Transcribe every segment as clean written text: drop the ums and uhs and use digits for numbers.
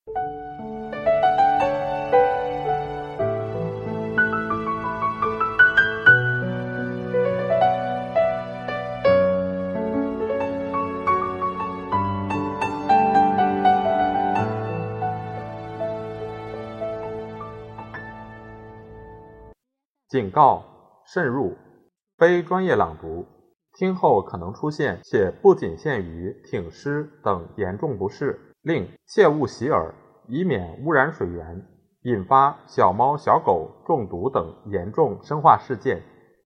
警告：慎入，非专业朗读，听后可能出现且不仅限于挺尸等严重不适，另切勿洗耳，以免污染水源，引发小猫小狗中毒等严重生化事件。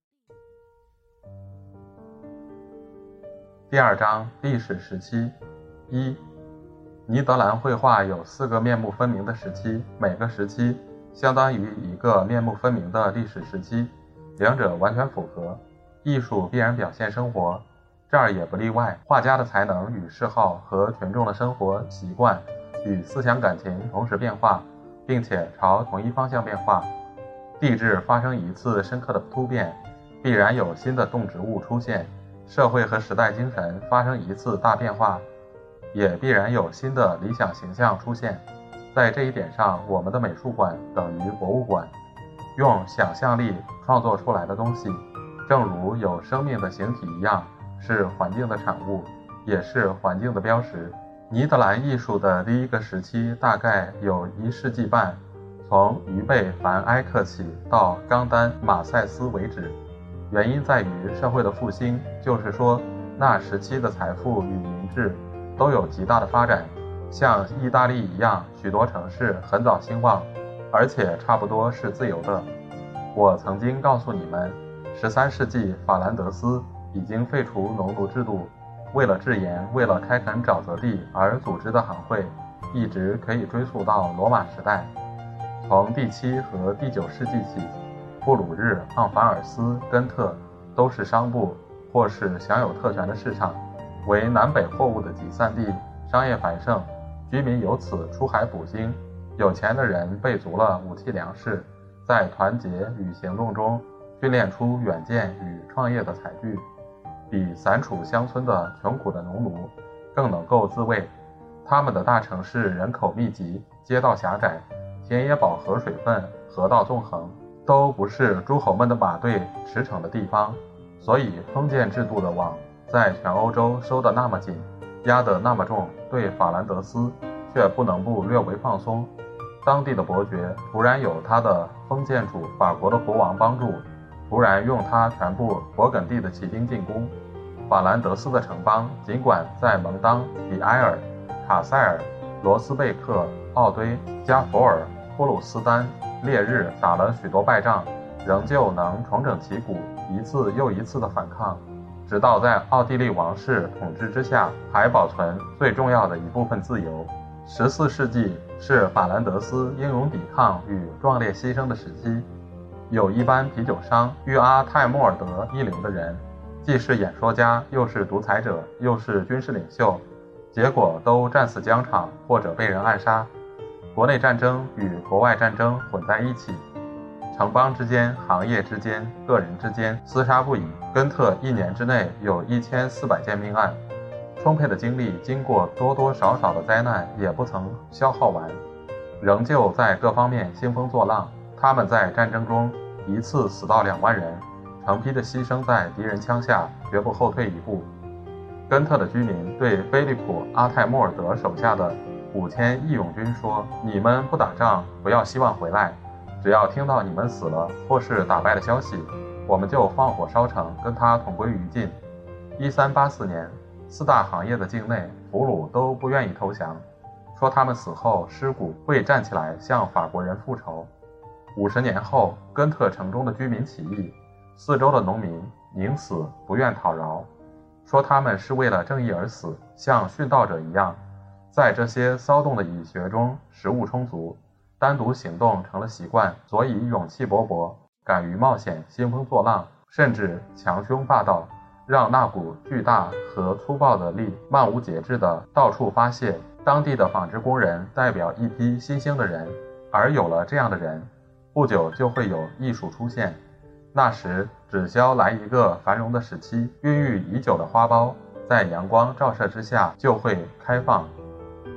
第二章历史时期。一、尼德兰绘画有4个面目分明的时期，每个时期相当于一个面目分明的历史时期，两者完全符合。艺术必然表现生活，这儿也不例外。画家的才能与嗜好和群众的生活习惯与思想感情同时变化，并且朝同一方向变化。地质发生一次深刻的突变，必然有新的动植物出现；社会和时代精神发生一次大变化，也必然有新的理想形象出现。在这一点上，我们的美术馆等于博物馆，用想象力创作出来的东西，正如有生命的形体一样，是环境的产物，也是环境的标识。尼德兰艺术的第一个时期大概有1世纪半，从于贝凡埃克起到冈丹马塞斯为止。原因在于社会的复兴，就是说那时期的财富与民智都有极大的发展。像意大利一样，许多城市很早兴旺，而且差不多是自由的。我曾经告诉你们，13世纪法兰德斯已经废除农奴制度，为了制盐，为了开垦沼泽地而组织的行会，一直可以追溯到罗马时代。从第7和第9世纪起，布鲁日、盎凡尔斯、根特都是商埠或是享有特权的市场，为南北货物的集散地，商业繁盛，居民由此出海捕鲸，有钱的人备足了武器粮食，在团结与行动中训练出远见与创业的才具，比散处乡村的穷苦的农奴更能够自卫。他们的大城市人口密集，街道狭窄，田野饱和水分，河道纵横，都不是诸侯们的马队驰骋的地方，所以封建制度的网在全欧洲收得那么紧，压得那么重，对法兰德斯却不能不略为放松。当地的伯爵突然有他的封建主法国的国王帮助，突然用他全部勃艮第的骑兵进攻。法兰德斯的城邦尽管在蒙当、比埃尔、卡塞尔、罗斯贝克、奥堆、加佛尔、托鲁斯丹、烈日打了许多败仗，仍旧能重整旗鼓，一次又一次的反抗，直到在奥地利王室统治之下，还保存最重要的一部分自由。14世纪是法兰德斯英勇抵抗与壮烈牺牲的时期，有一班啤酒商与阿泰莫尔德一流的人，既是演说家，又是独裁者，又是军事领袖，结果都战死疆场或者被人暗杀。国内战争与国外战争混在一起，城邦之间、行业之间、个人之间厮杀不已。根特1年之内有1400件命案，充沛的精力经过多多少少的灾难也不曾消耗完，仍旧在各方面兴风作浪。他们在战争中一次死到2万人，成批的牺牲在敌人枪下，绝不后退一步。根特的居民对菲利普·阿泰莫尔德手下的5000义勇军说：“你们不打仗，不要希望回来。只要听到你们死了或是打败的消息，我们就放火烧城，跟他同归于尽。”1384年，4大行业的境内俘虏都不愿意投降，说他们死后尸骨会站起来向法国人复仇。50年后，根特城中的居民起义，四周的农民宁死不愿讨饶，说他们是为了正义而死，像殉道者一样。在这些骚动的蚁穴中，食物充足，单独行动成了习惯，所以勇气勃勃，敢于冒险，兴风作浪，甚至强凶霸道，让那股巨大和粗暴的力漫无节制地到处发泄。当地的纺织工人代表一批新兴的人，而有了这样的人，不久就会有艺术出现。那时只消来一个繁荣的时期，孕育已久的花苞在阳光照射之下就会开放。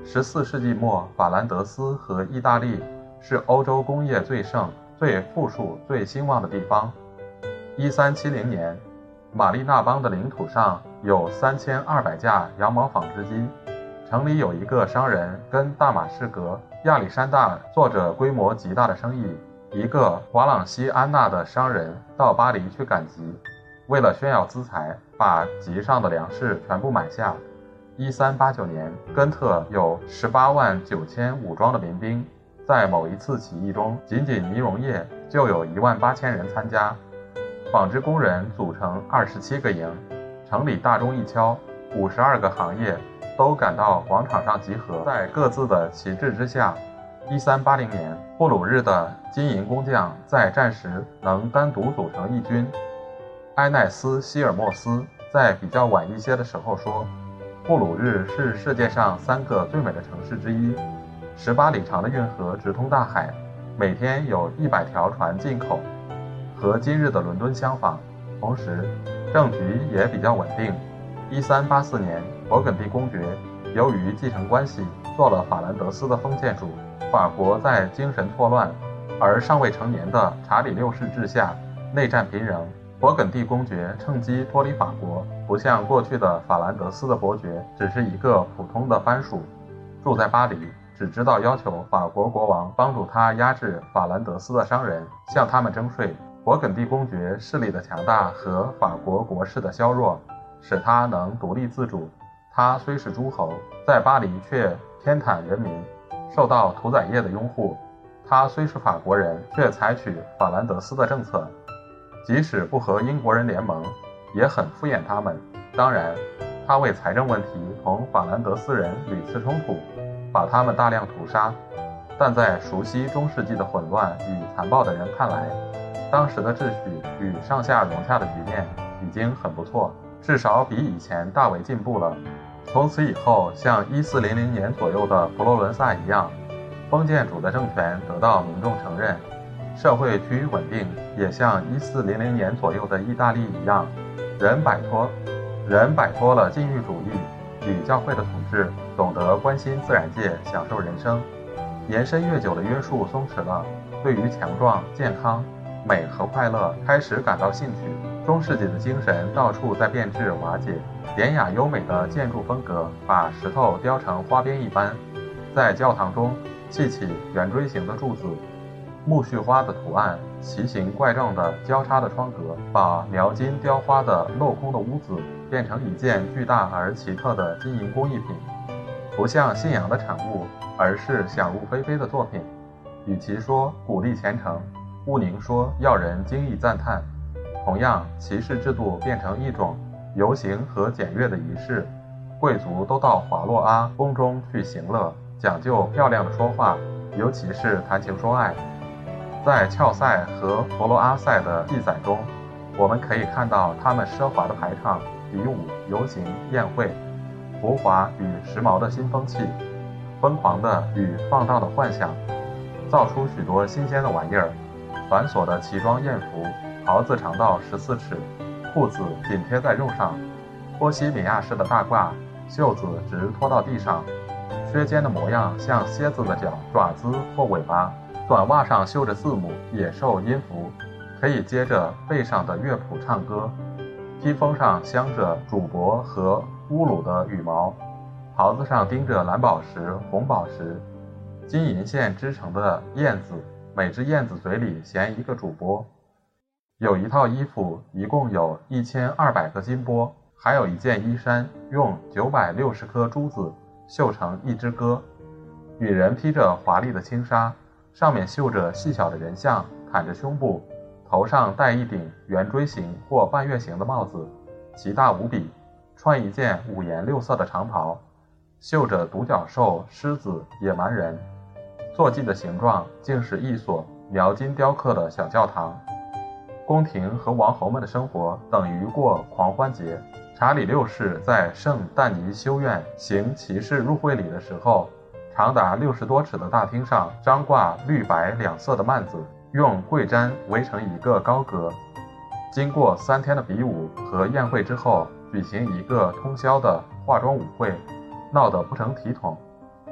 14世纪末，法兰德斯和意大利是欧洲工业最盛、最富庶、最兴旺的地方。1370年，玛丽纳邦的领土上有3200架羊毛纺织机。城里有一个商人跟大马士革、亚历山大做着规模极大的生意。一个瓦朗西安纳的商人到巴黎去赶集，为了炫耀资财，把集上的粮食全部买下。1389年，根特有18万9千武装的民兵，在某一次起义中，仅仅呢绒业就有18000人参加。纺织工人组成27个营，城里大钟一敲，52个行业都赶到广场上集合，在各自的旗帜之下。1380年，布鲁日的金银工匠在战时能单独组成一军。埃奈斯·希尔莫斯在比较晚一些的时候说，布鲁日是世界上3个最美的城市之一，18里长的运河直通大海，每天有100条船进口，和今日的伦敦相仿。同时，政局也比较稳定。1384年，勃艮第公爵由于继承关系做了法兰德斯的封建主。法国在精神错乱而尚未成年的查理6世治下，内战频仍。勃艮第公爵趁机脱离法国，不像过去的法兰德斯的伯爵只是一个普通的藩属，住在巴黎，只知道要求法国国王帮助他压制法兰德斯的商人，向他们征税。勃艮第公爵势力的强大和法国国势的削弱，使他能独立自主。他虽是诸侯，在巴黎却偏袒人民，受到屠宰业的拥护。他虽是法国人，却采取法兰德斯的政策，即使不和英国人联盟，也很敷衍他们。当然，他为财政问题同法兰德斯人屡次冲突，把他们大量屠杀。但在熟悉中世纪的混乱与残暴的人看来，当时的秩序与上下融洽的局面已经很不错，至少比以前大为进步了。从此以后，像1400年左右的佛罗伦萨一样，封建主的政权得到民众承认，社会趋于稳定，也像1400年左右的意大利一样，人摆脱了禁欲主义与教会的统治，懂得关心自然界，享受人生。年深月久的约束松弛了，对于强壮、健康、美和快乐开始感到兴趣。中世纪的精神到处在变质瓦解，典雅优美的建筑风格把石头雕成花边一般，在教堂中砌起圆锥形的柱子，苜蓿花的图案，奇形怪状的交叉的窗格，把描金雕花的镂空的屋子变成一件巨大而奇特的金银工艺品，不像信仰的产物，而是想入非非的作品。与其说鼓励虔诚，毋宁说要人惊异赞叹。同样，骑士制度变成一种游行和检阅的仪式，贵族都到华洛阿宫中去行乐，讲究漂亮的说话，尤其是谈情说爱。在乔赛和佛罗阿塞的记载中，我们可以看到他们奢华的排场、比武、游行、宴会，浮华与时髦的新风气，疯狂的与放荡的幻想，造出许多新鲜的玩意儿。繁琐的奇装艳服，袍子长到14尺，裤子紧贴在肉上，波西米亚式的大褂，袖子直拖到地上，靴尖的模样像蝎子的脚、爪子或尾巴，短袜上绣着字母、野兽音符，可以接着背上的乐谱唱歌。披风上镶着主帛和乌鲁的羽毛，袍子上钉着蓝宝石、红宝石，金银线织成的燕子，每只燕子嘴里衔一个主钵。有一套衣服一共有1200个金钵，还有一件衣衫用960颗珠子绣成一只歌。女人披着华丽的轻纱，上面绣着细小的人像，袒着胸部，头上戴一顶圆锥形或半月形的帽子，奇大无比，穿一件5颜6色的长袍，绣着独角兽、狮子、野蛮人，坐骑的形状竟是一所描金雕刻的小教堂。宫廷和王侯们的生活等于过狂欢节。查理6世在圣但尼修院行骑士入会礼的时候，长达60多尺的大厅上张挂绿白两色的幔子，用桂毡围成一个高阁。经过3天的比武和宴会之后，举行一个通宵的化妆舞会，闹得不成体统。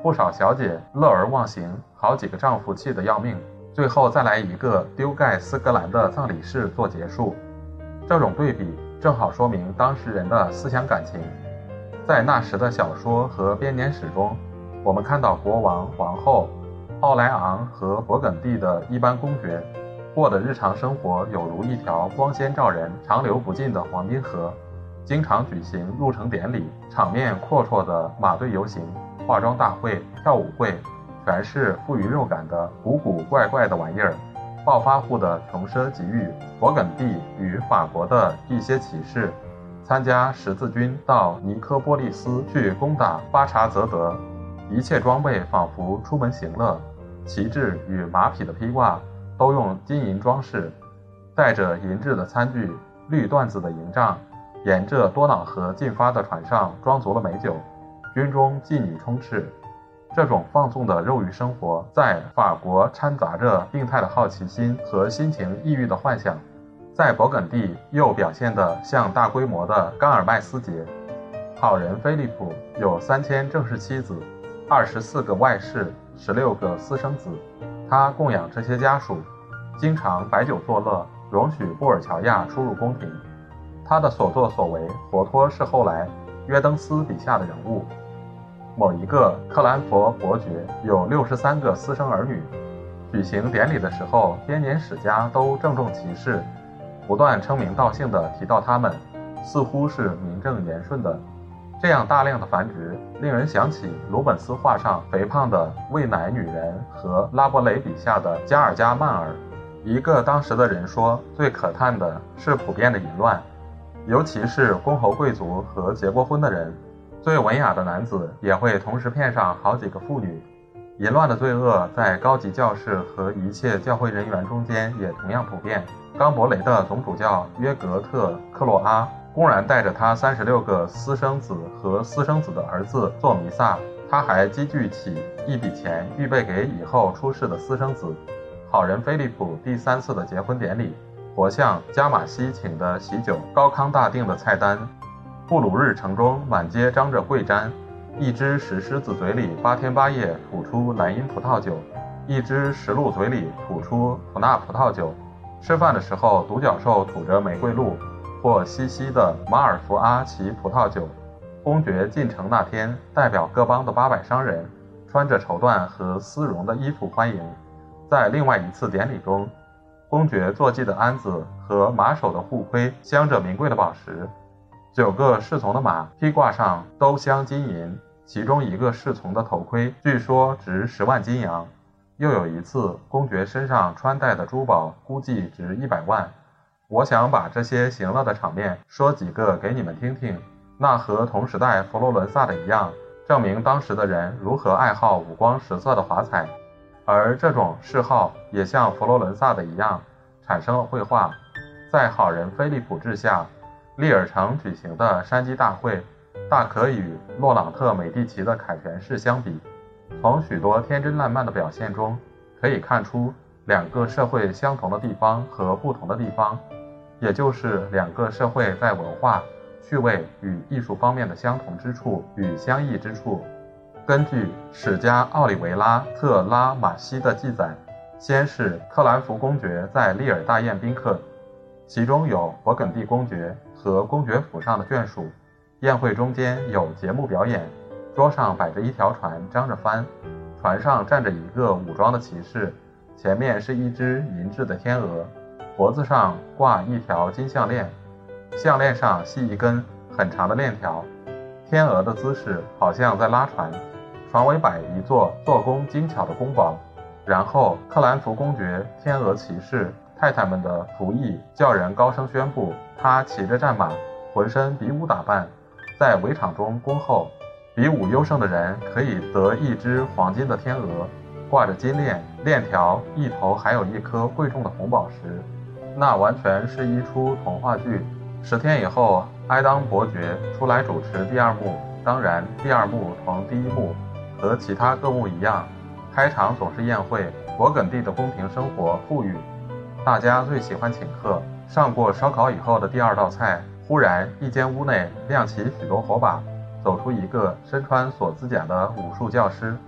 不少小姐乐而忘形，好几个丈夫气得要命，最后再来一个丢盖斯格兰的葬礼式做结束。这种对比正好说明当事人的思想感情。在那时的小说和编年史中，我们看到国王、皇后、奥莱昂和勃艮第的一般公爵过的日常生活有如一条光鲜照人、长流不尽的黄金河，经常举行入城典礼，场面阔绰的马队游行、化妆大会、跳舞会，全是富于肉感的古古怪怪的玩意儿。暴发户的穷奢极欲，勃艮第与法国的一些骑士参加十字军到尼科波利斯去攻打巴查泽德，一切装备仿佛出门行乐，旗帜与马匹的披挂都用金银装饰，带着银质的餐具、绿缎子的营帐，沿着多瑙河进发的船上装足了美酒，军中妓女充斥。这种放纵的肉欲生活在法国掺杂着病态的好奇心和心情抑郁的幻想，在勃艮第又表现得像大规模的冈尔麦斯节。好人菲利普有3000正式妻子，24个外室，16个私生子，他供养这些家属，经常摆酒作乐，容许布尔乔亚出入宫廷。他的所作所为活脱是后来约登斯笔下的人物。某一个克兰佛伯爵有63个私生儿女，举行典礼的时候，编年史家都郑重其事，不断称名道姓地提到他们，似乎是名正言顺的。这样大量的繁殖，令人想起鲁本斯画上肥胖的喂奶女人和拉伯雷笔下的加尔加曼尔。一个当时的人说，最可叹的是普遍的淫乱，尤其是公侯贵族和结过婚的人。最文雅的男子也会同时骗上好几个妇女。淫乱的罪恶在高级教士和一切教会人员中间也同样普遍。冈伯雷的总主教约格特克洛阿公然带着他36个私生子和私生子的儿子做弥撒，他还积聚起一笔钱预备给以后出世的私生子。好人菲利普第3次的结婚典礼，活像加马西请的喜酒，高康大定的菜单。布鲁日城中满街张着桂毡，一只石狮子嘴里8天8夜吐出莱茵葡萄酒，一只石鹿嘴里吐出普纳葡萄酒。吃饭的时候，独角兽吐着玫瑰露或西西的马尔福阿奇葡萄酒。公爵进城那天，代表各邦的800商人穿着绸缎和丝绒的衣服欢迎。在另外一次典礼中，公爵坐骑的鞍子和马首的护盔镶着名贵的宝石，9个侍从的马披挂上都镶金银，其中一个侍从的头盔据说值10万金洋。又有一次，公爵身上穿戴的珠宝估计值100万。我想把这些行乐的场面说几个给你们听听，那和同时代佛罗伦萨的一样，证明当时的人如何爱好五光十色的华彩。而这种嗜好也像佛罗伦萨的一样产生了绘画。在好人菲利普治下，利尔城举行的山鸡大会大可与洛朗特美第奇的凯旋式相比。从许多天真烂漫的表现中可以看出两个社会相同的地方和不同的地方，也就是两个社会在文化、趣味与艺术方面的相同之处与相异之处。根据史家奥里维拉·特拉马西的记载，先是克兰福公爵在利尔大宴宾客，其中有勃艮第公爵和公爵府上的眷属。宴会中间有节目表演，桌上摆着一条船张着帆，船上站着一个武装的骑士，前面是一只银质的天鹅，脖子上挂一条金项链，项链上系一根很长的链条。天鹅的姿势好像在拉船，船尾摆一座做工精巧的宫堡。然后克兰福公爵、天鹅骑士太太们的仆役叫人高声宣布，他骑着战马，浑身比武打扮，在围场中恭候。比武优胜的人可以得一只黄金的天鹅，挂着金链，链条一头还有一颗贵重的红宝石。那完全是一出童话剧。10天以后，埃当伯爵出来主持第2幕，当然第2幕同第1幕和其他各幕一样，开场总是宴会。勃艮第的宫廷生活富裕，大家最喜欢请客。上过烧烤以后的第2道菜，忽然一间屋内亮起许多火把，走出一个身穿锁子甲的武术教师，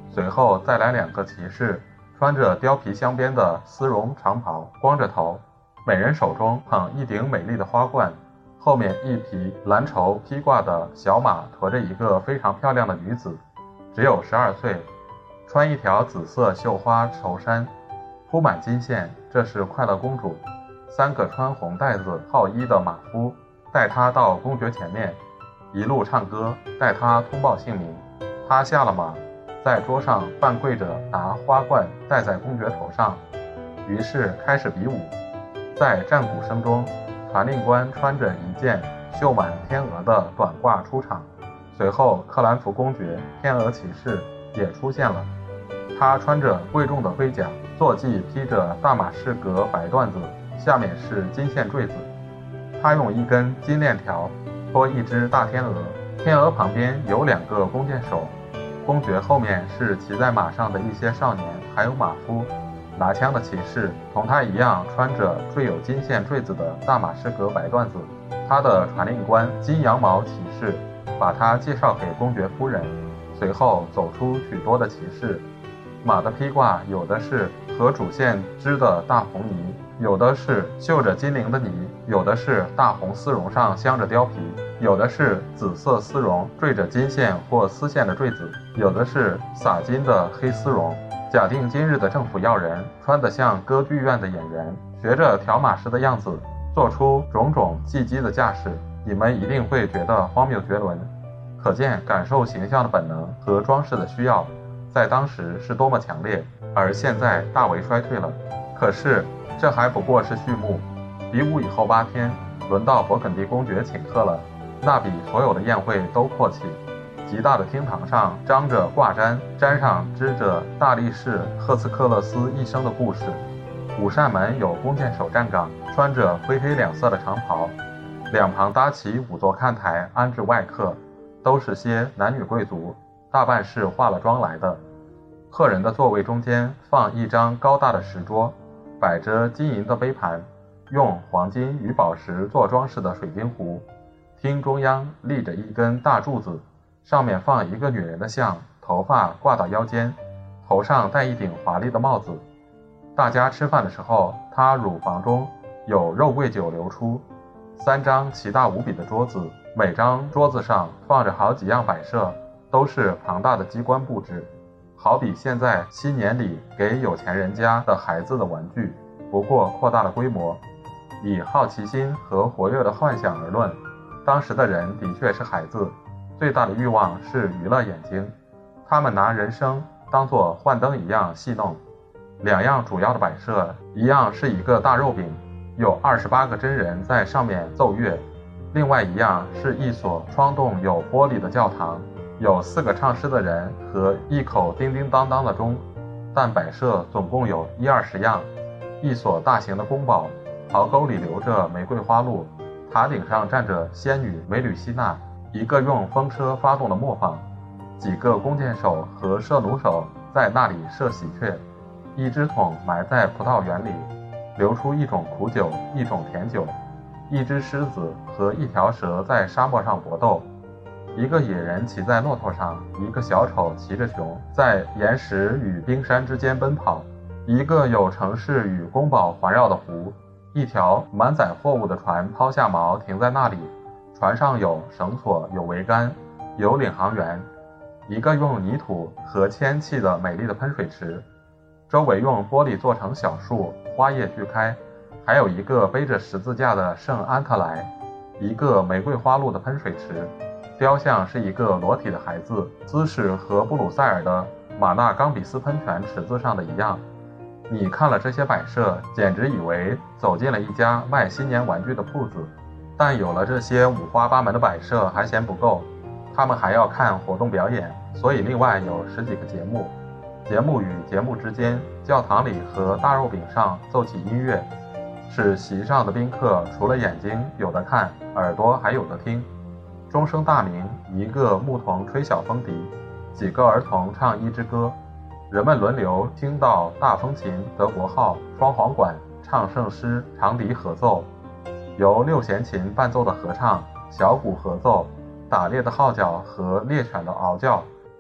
随后再来2个骑士，穿着貂皮镶边的丝绒长袍，光着头，每人手中捧一顶美丽的花冠，后面一匹蓝绸披挂的小马驮着一个非常漂亮的女子，只有12岁，穿一条紫色绣花绸衫，铺满金线，这是快乐公主。3个穿红带子号衣的马夫带她到公爵前面，一路唱歌，带她通报姓名。她下了马，在桌上半跪着拿花冠戴在公爵头上，于是开始比武。在战鼓声中，传令官穿着一件绣满天鹅的短褂出场，随后克兰福公爵天鹅骑士也出现了。他穿着贵重的盔甲，坐骑披着大马士革白缎子，下面是金线坠子。他用一根金链条托一只大天鹅，天鹅旁边有2个弓箭手，公爵后面是骑在马上的一些少年，还有马夫。拿枪的骑士同他一样穿着缀有金线坠子的大马士革白缎子。他的传令官金羊毛骑士把他介绍给公爵夫人，随后走出许多的骑士。马的披挂有的是和主线织的大红呢，有的是绣着金铃的呢，有的是大红丝绒上镶着貂皮，有的是紫色丝绒缀着金线或丝线的坠子，有的是撒金的黑丝绒。假定今日的政府要人穿得像歌剧院的演员，学着调马师的样子，做出种种技击的架势，你们一定会觉得荒谬绝伦。可见感受形象的本能和装饰的需要在当时是多么强烈，而现在大为衰退了。可是这还不过是序幕。比武以后8天，轮到勃艮第公爵请客了，那比所有的宴会都阔气。极大的厅堂上张着挂毡，毡上织着大力士赫茨克勒斯一生的故事。5扇门有弓箭手站岗，穿着灰黑2色的长袍，两旁搭起5座看台，安置外客，都是些男女贵族，大半是化了妆来的。客人的座位中间放一张高大的石桌，摆着金银的杯盘，用黄金与宝石做装饰的水晶壶。厅中央立着一根大柱子，上面放一个女人的像，头发挂到腰间，头上戴一顶华丽的帽子。大家吃饭的时候，她乳房中有肉桂酒流出。3张奇大无比的桌子，每张桌子上放着好几样摆设，都是庞大的机关布置，好比现在新年里给有钱人家的孩子的玩具，不过扩大了规模。以好奇心和活跃的幻想而论，当时的人的确是孩子，最大的欲望是娱乐眼睛，他们拿人生当作幻灯一样戏弄。2样主要的摆设，一样是一个大肉饼，有28个真人在上面奏乐，另外一样是一所窗洞有玻璃的教堂，有4个唱诗的人和一口叮叮当当的钟，但摆设总共有10-20样。一所大型的宫堡，壕沟里流着玫瑰花露，塔顶上站着仙女梅吕西娜，一个用风车发动的磨坊，几个弓箭手和射弩手在那里射喜鹊，一只桶埋在葡萄园里，流出一种苦酒，一种甜酒，一只狮子和一条蛇在沙漠上搏斗，一个野人骑在骆驼上，一个小丑骑着熊在岩石与冰山之间奔跑，一个有城市与宫堡环绕的湖，一条满载货物的船抛下锚停在那里，船上有绳索，有桅杆，有领航员，一个用泥土和铅砌的美丽的喷水池，周围用玻璃做成小树，花叶俱开，还有一个背着十字架的圣安特莱，一个玫瑰花露的喷水池，雕像是一个裸体的孩子，姿势和布鲁塞尔的马纳冈比斯喷泉池子上的一样。你看了这些摆设，简直以为走进了一家卖新年玩具的铺子。但有了这些五花八门的摆设还嫌不够，他们还要看活动表演，所以另外有10几个节目。节目与节目之间，教堂里和大肉饼上奏起音乐，使席上的宾客除了眼睛有的看，耳朵还有的听。钟声大鸣，一个牧童吹小风笛，几个儿童唱一支歌，人们轮流听到大风琴、德国号、双簧管、唱圣诗、长笛合奏，由6弦琴伴奏的合唱、小鼓合奏、打猎的号角和猎犬的嗷叫，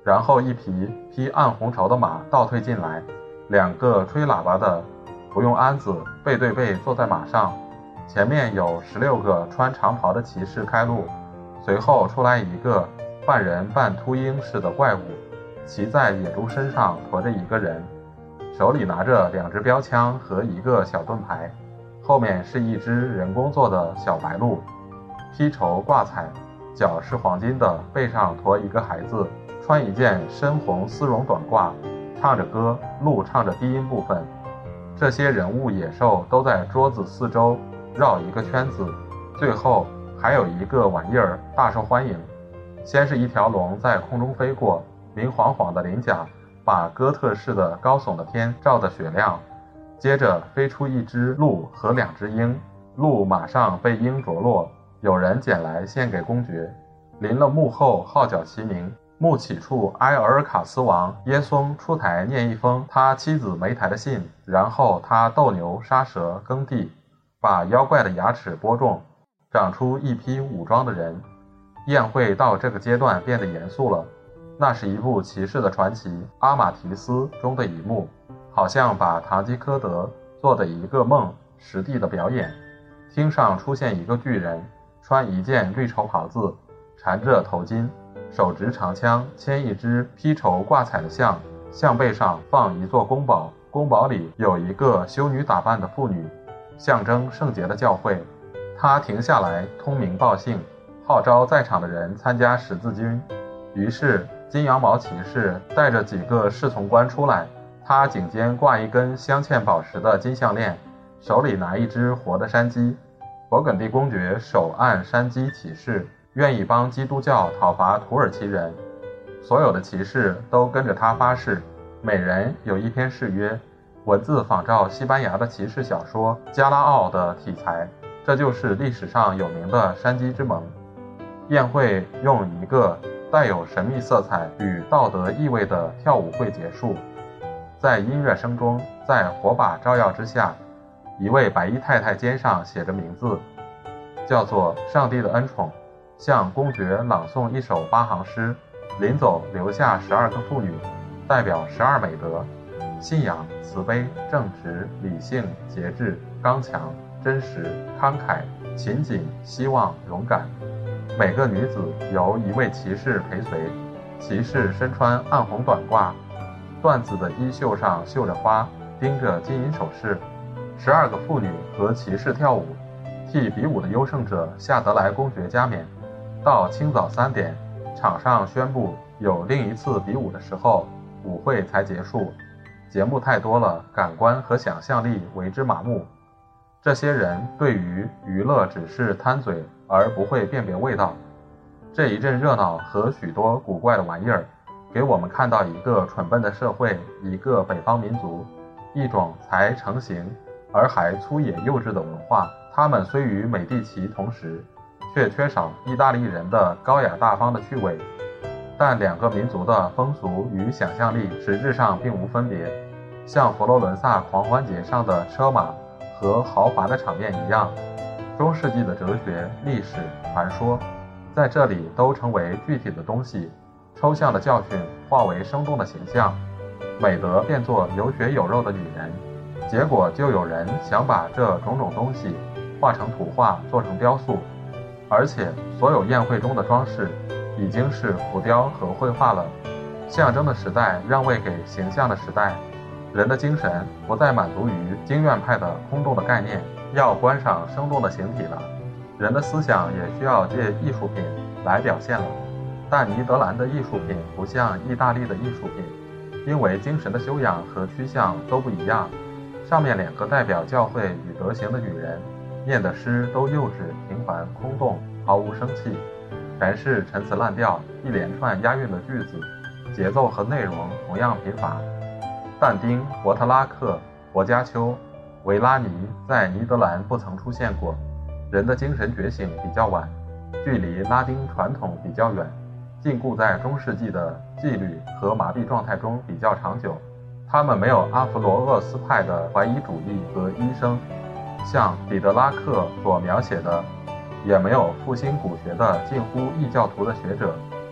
然后一匹披暗红绸的马倒退进来，两个吹喇叭的不用鞍子，背对背坐在马上，前面有16个穿长袍的骑士开路，随后出来一个半人半秃鹰似的怪物，骑在野猪身上驮着一个人，手里拿着2支标枪和一个小盾牌，后面是一只人工做的小白鹿，披绸挂彩，脚是黄金的，背上驮一个孩子，穿一件深红丝绒短褂，唱着歌，鹿唱着低音部分。这些人物野兽都在桌子四周绕一个圈子，最后还有一个玩意儿大受欢迎。先是一条龙在空中飞过，明晃晃的鳞甲把哥特式的高耸的天照得雪亮，接着飞出一只鹿和2只鹰，鹿马上被鹰着落，有人捡来献给公爵。临了墓后号角齐鸣，墓起处埃尔卡斯王耶松出台念一封他妻子梅台的信，然后他斗牛杀蛇耕地，把妖怪的牙齿播种，长出一批武装的人。宴会到这个阶段变得严肃了，那是一部骑士的传奇阿马提斯中的一幕，好像把堂吉诃德做的一个梦实地的表演。厅上出现一个巨人，穿一件绿绸袍子，缠着头巾，手执长枪，牵一只披绸挂彩的象，象背上放一座宫堡，宫堡里有一个修女打扮的妇女，象征圣洁的教会。他停下来通名报信，号召在场的人参加十字军。于是金羊毛骑士带着几个侍从官出来，他颈间挂一根镶嵌宝石的金项链，手里拿一只活的山鸡。勃艮第公爵手按山鸡起誓，愿意帮基督教讨伐土耳其人。所有的骑士都跟着他发誓，每人有一篇誓约，文字仿照西班牙的骑士小说《加拉奥》的题材，这就是历史上有名的山鸡之盟。宴会用一个带有神秘色彩与道德意味的跳舞会结束，在音乐声中，在火把照耀之下，一位白衣太太肩上写着名字，叫做上帝的恩宠，向公爵朗诵一首8行诗，临走留下12个妇女，代表12美德：信仰、慈悲、正直、理性、节制、刚强、真实、慷慨、勤谨、希望、勇敢。每个女子由一位骑士陪随，骑士身穿暗红短褂，缎子的衣袖上绣着花，钉着金银首饰。12个妇女和骑士跳舞，替比武的优胜者夏德莱公爵加冕。到清早3点，场上宣布有另一次比武的时候，舞会才结束。节目太多了，感官和想象力为之麻木。这些人对于娱乐只是贪嘴，而不会辨别味道。这一阵热闹和许多古怪的玩意儿，给我们看到一个蠢笨的社会，一个北方民族，一种才成型而还粗野幼稚的文化。他们虽与美第奇同时，却缺少意大利人的高雅大方的趣味。但2个民族的风俗与想象力实质上并无分别，像佛罗伦萨狂欢节上的车马和豪华的场面一样，中世纪的哲学、历史、传说在这里都成为具体的东西，抽象的教训化为生动的形象，美德变作有血有肉的女人。结果就有人想把这种种东西画成图画，做成雕塑，而且所有宴会中的装饰已经是浮雕和绘画了。象征的时代让位给形象的时代，人的精神不再满足于经院派的空洞的概念，要观赏生动的形体了。人的思想也需要借艺术品来表现了。但尼德兰的艺术品不像意大利的艺术品，因为精神的修养和趋向都不一样。上面2个代表教会与德行的女人念的诗都幼稚、平凡、空洞，毫无生气，全是陈词滥调，一连串押韵的句子，节奏和内容同样贫乏。但丁、伯特拉克、薄伽丘、维拉尼在尼德兰不曾出现过。人的精神觉醒比较晚，距离拉丁传统比较远，禁锢在中世纪的纪律和麻痹状态中比较长久。他们没有阿弗罗厄斯派的怀疑主义和医生，像彼得拉克所描写的，也没有复兴古学的近乎异教徒的学者。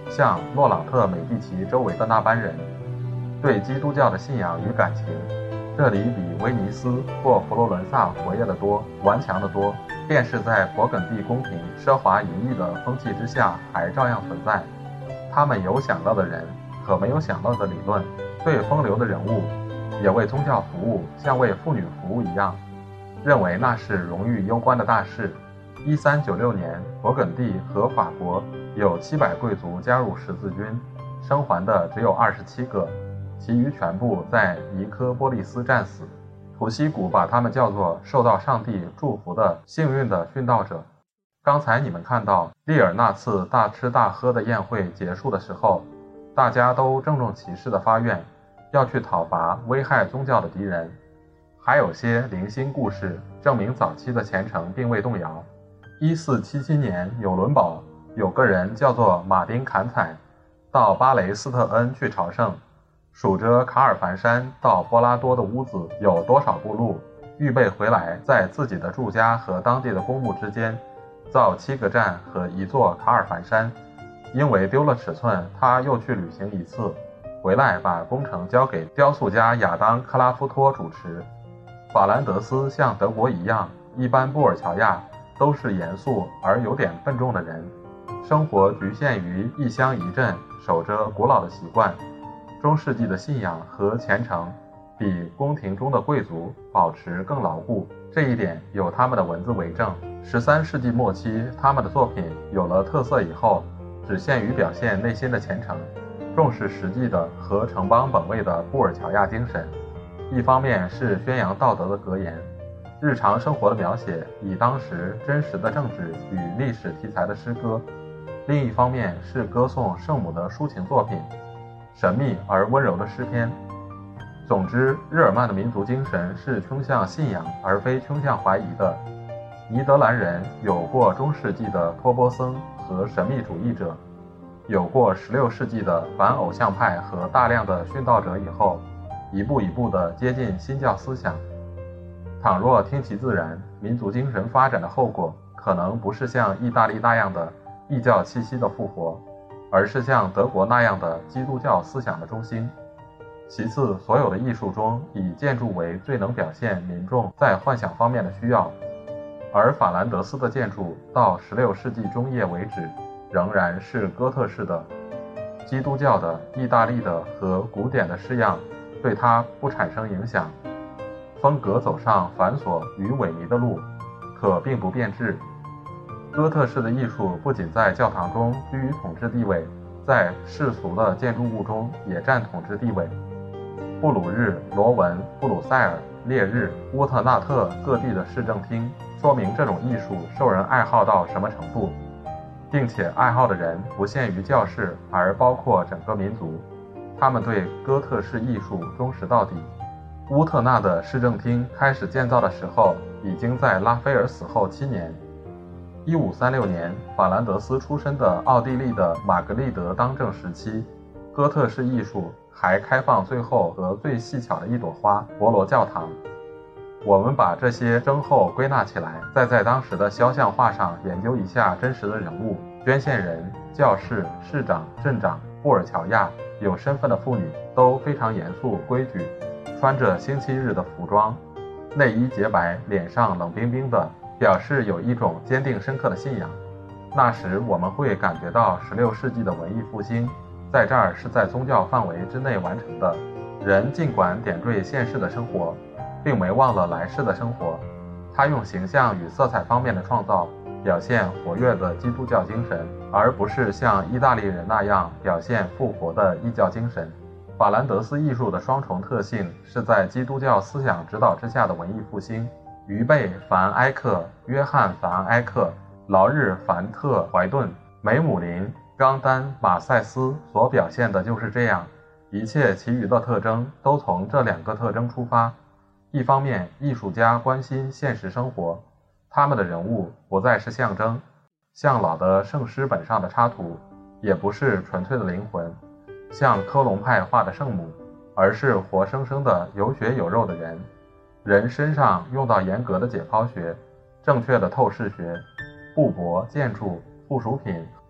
像洛朗特美第奇周围的那班人。对基督教的信仰与感情，这里比威尼斯或佛罗伦萨活跃得多，顽强得多。便是在勃艮第宫廷奢华淫逸的风气之下，还照样存在。他们有想到的人和没有想到的理论，对风流的人物也为宗教服务，像为妇女服务一样，认为那是荣誉攸关的大事。1396年，勃艮第和法国有700贵族加入十字军，生还的只有27个，其余全部在尼科波利斯战死。图西古把他们叫做受到上帝祝福的幸运的殉道者。刚才你们看到利尔那次大吃大喝的宴会结束的时候，大家都郑重其事地发愿要去讨伐危害宗教的敌人。还有些零星故事证明早期的虔诚并未动摇。1477年，纽伦堡有个人叫做马丁坎采，到巴雷斯特恩去朝圣，数着卡尔凡山到波拉多的屋子有多少步路，预备回来在自己的住家和当地的公墓之间造7个站和1座卡尔凡山。因为丢了尺寸，他又去旅行一次，回来把工程交给雕塑家亚当·克拉夫托主持。法兰德斯像德国一样，一般布尔乔亚都是严肃而有点笨重的人，生活局限于一乡一镇，守着古老的习惯。中世纪的信仰和虔诚比宫廷中的贵族保持更牢固，这一点有他们的文字为证。13世纪末期，他们的作品有了特色以后，只限于表现内心的虔诚，重视实际的和城邦本位的布尔乔亚精神。一方面是宣扬道德的格言，日常生活的描写，以当时真实的政治与历史题材的诗歌；另一方面是歌颂圣母的抒情作品，神秘而温柔的诗篇。总之，日耳曼的民族精神是倾向信仰而非倾向怀疑的。尼德兰人有过中世纪的托波僧和神秘主义者，有过16世纪的反偶像派和大量的殉道者以后，一步一步地接近新教思想。倘若听其自然，民族精神发展的后果可能不是像意大利那样的异教气息的复活，而是像德国那样的基督教思想的中心。其次，所有的艺术中以建筑为最能表现民众在幻想方面的需要，而法兰德斯的建筑到16世纪中叶为止仍然是哥特式的。基督教的、意大利的和古典的式样对它不产生影响，风格走上繁琐与萎靡的路，可并不变质。哥特式的艺术不仅在教堂中居于统治地位，在世俗的建筑物中也占统治地位。布鲁日、罗文、布鲁塞尔、列日、乌特纳特各地的市政厅，说明这种艺术受人爱好到什么程度，并且爱好的人不限于教士，而包括整个民族。他们对哥特式艺术忠实到底。乌特纳的市政厅开始建造的时候，已经在拉斐尔死后7年。1536年，法兰德斯出身的奥地利的玛格丽德当政时期，哥特式艺术还开放最后和最细巧的一朵花——博罗教堂。我们把这些征候归纳起来，再在当时的肖像画上研究一下真实的人物、捐献人、教士、市长、镇长、布尔乔亚、有身份的妇女，都非常严肃规矩，穿着星期日的服装，内衣洁白，脸上冷冰冰的，表示有一种坚定深刻的信仰。那时我们会感觉到16世纪的文艺复兴在这儿是在宗教范围之内完成的。人尽管点缀现世的生活，并没忘了来世的生活。他用形象与色彩方面的创造表现活跃的基督教精神，而不是像意大利人那样表现复活的异教精神。法兰德斯艺术的双重特性是在基督教思想指导之下的文艺复兴。于贝·凡埃克、约翰·凡埃克、劳日·凡特怀顿、梅姆林、冈丹、马塞斯所表现的就是这样。一切其余的特征都从这2个特征出发。一方面，艺术家关心现实生活，他们的人物不再是象征，像老的圣诗本上的插图，也不是纯粹的灵魂，像科隆派画的圣母，而是活生生的有血有肉的人。人身上用到严格的解剖学、正确的透视学、布帛、建筑、附属品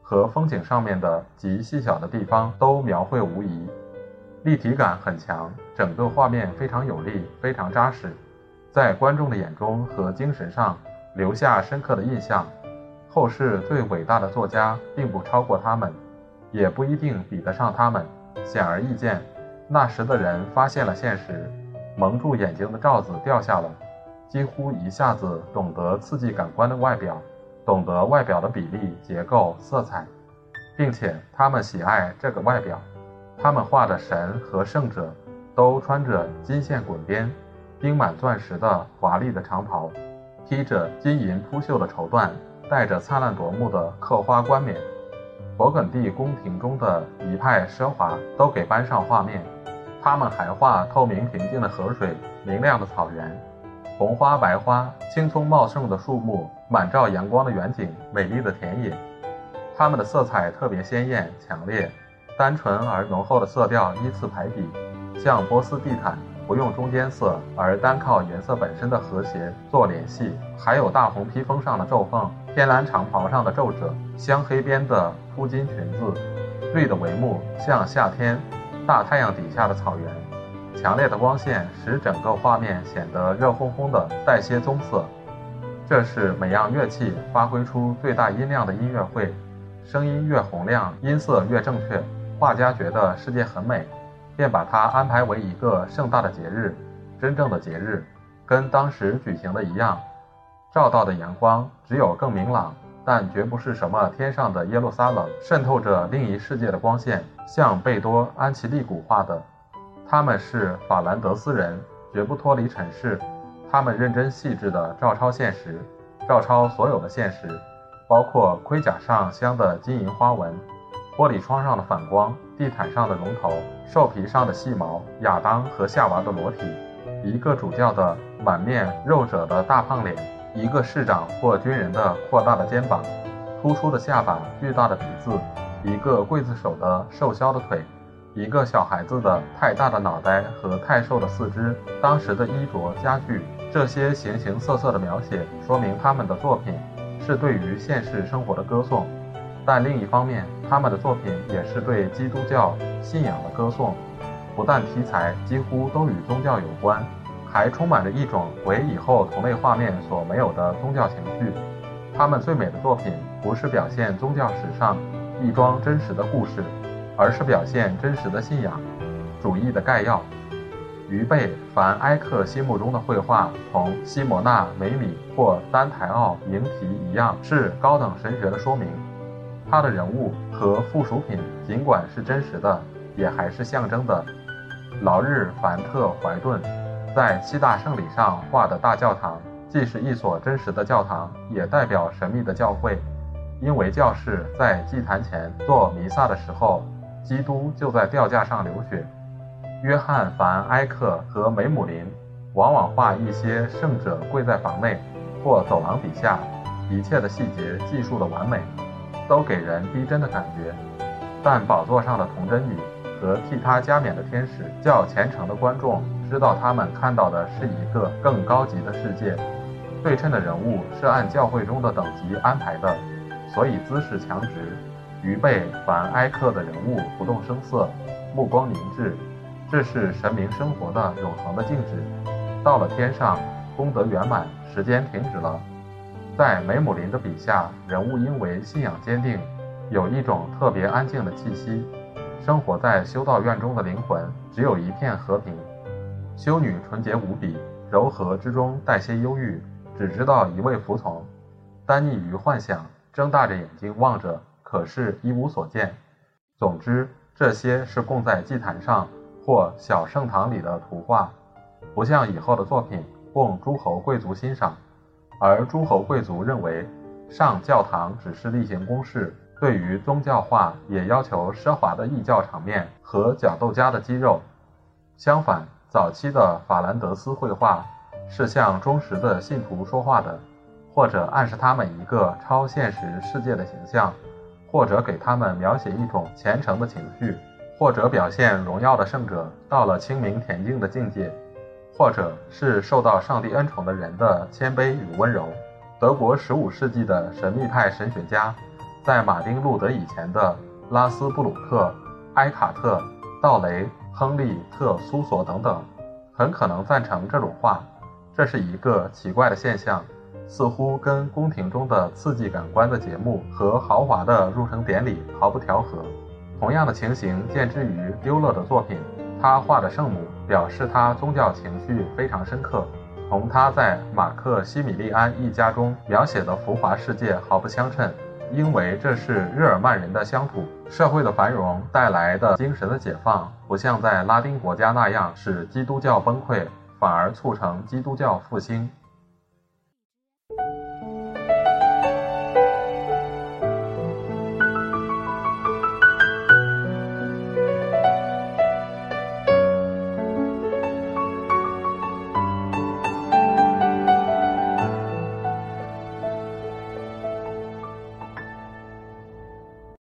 和风景上面的极细小的地方都描绘无遗，立体感很强，整个画面非常有力，非常扎实，在观众的眼中和精神上留下深刻的印象。后世最伟大的作家并不超过他们，也不一定比得上他们。显而易见，那时的人发现了现实，蒙住眼睛的罩子掉下了，几乎一下子懂得刺激感官的外表，懂得外表的比例、结构、色彩，并且他们喜爱这个外表。他们画的神和圣者都穿着金线滚边、钉满钻石的华丽的长袍，披着金银铺绣的绸缎，戴着灿烂夺目的刻花冠冕。勃艮第宫廷中的一派奢华都给搬上画面。他们还画透明平静的河水、明亮的草原、红花白花、青葱茂盛的树木、满照阳光的远景、美丽的田野。它们的色彩特别鲜艳强烈，单纯而浓厚的色调依次排比，像波斯地毯，不用中间色，而单靠颜色本身的和谐做联系。还有大红披风上的皱缝，天蓝长袍上的皱褶，香黑边的铺巾裙子，绿的帷幕，像夏天大太阳底下的草原。强烈的光线使整个画面显得热烘烘的，带些棕色。这是每样乐器发挥出最大音量的音乐会，声音越洪亮，音色越正确。画家觉得世界很美，便把它安排为一个盛大的节日，真正的节日，跟当时举行的一样。照到的阳光只有更明朗，但绝不是什么天上的耶路撒冷，渗透着另一世界的光线，像贝多·安琪利古画的。他们是法兰德斯人，绝不脱离尘世。他们认真细致地照抄现实，照抄所有的现实，包括盔甲上镶的金银花纹，玻璃窗上的反光，地毯上的绒头，兽皮上的细毛，亚当和夏娃的裸体，一个主教的满面肉褶的大胖脸，一个市长或军人的扩大的肩膀，突出的下巴，巨大的鼻子，一个刽子手的瘦削的腿，一个小孩子的太大的脑袋和太瘦的四肢。当时的衣着家具，这些形形色色的描写说明他们的作品是对于现实生活的歌颂，但另一方面，他们的作品也是对基督教信仰的歌颂。不但题材几乎都与宗教有关，还充满着一种为以后同类画面所没有的宗教情绪。他们最美的作品不是表现宗教史上一桩真实的故事，而是表现真实的信仰主义的概要。于贝·凡埃克心目中的绘画同西摩纳·梅米或丹台奥·迎提一样，是高等神学的说明。他的人物和附属品尽管是真实的，也还是象征的。劳日·凡特怀顿在七大圣礼上画的大教堂，既是一所真实的教堂，也代表神秘的教会，因为教士在祭坛前做弥撒的时候，基督就在吊架上流血。约翰·凡埃克和梅姆林往往画一些圣者跪在房内或走廊底下，一切的细节技术的完美，都给人逼真的感觉。但宝座上的童真女和替他加冕的天使，较虔诚的观众知道他们看到的是一个更高级的世界。对称的人物是按教会中的等级安排的，所以姿势强直。于贝·凡埃克的人物不动声色，目光凝滞，这是神明生活的永恒的静止。到了天上，功德圆满，时间停止了。在梅姆林的笔下，人物因为信仰坚定，有一种特别安静的气息。生活在修道院中的灵魂只有一片和平。修女纯洁无比，柔和之中带些忧郁，只知道一味服从，单溺于幻想，睁大着眼睛望着，可是一无所见。总之，这些是供在祭坛上或小圣堂里的图画，不像以后的作品供诸侯贵族欣赏，而诸侯贵族认为上教堂只是例行公事。对于宗教画也要求奢华的异教场面和角斗家的肌肉。相反，早期的法兰德斯绘画是向忠实的信徒说话的，或者暗示他们一个超现实世界的形象，或者给他们描写一种虔诚的情绪，或者表现荣耀的圣者到了清明恬静的境界，或者是受到上帝恩宠的人的谦卑与温柔。德国15世纪的神秘派神学家在马丁·路德以前的拉斯布鲁克、埃卡特、道雷、亨利·特苏索等等，很可能赞成这种话。这是一个奇怪的现象，似乎跟宫廷中的刺激感官的节目和豪华的入城典礼毫不调和。同样的情形见之于丢勒的作品，他画的圣母表示他宗教情绪非常深刻，同他在马克西米利安一家中描写的浮华世界毫不相称，因为这是日耳曼人的乡土，社会的繁荣带来的精神的解放，不像在拉丁国家那样使基督教崩溃，反而促成基督教复兴。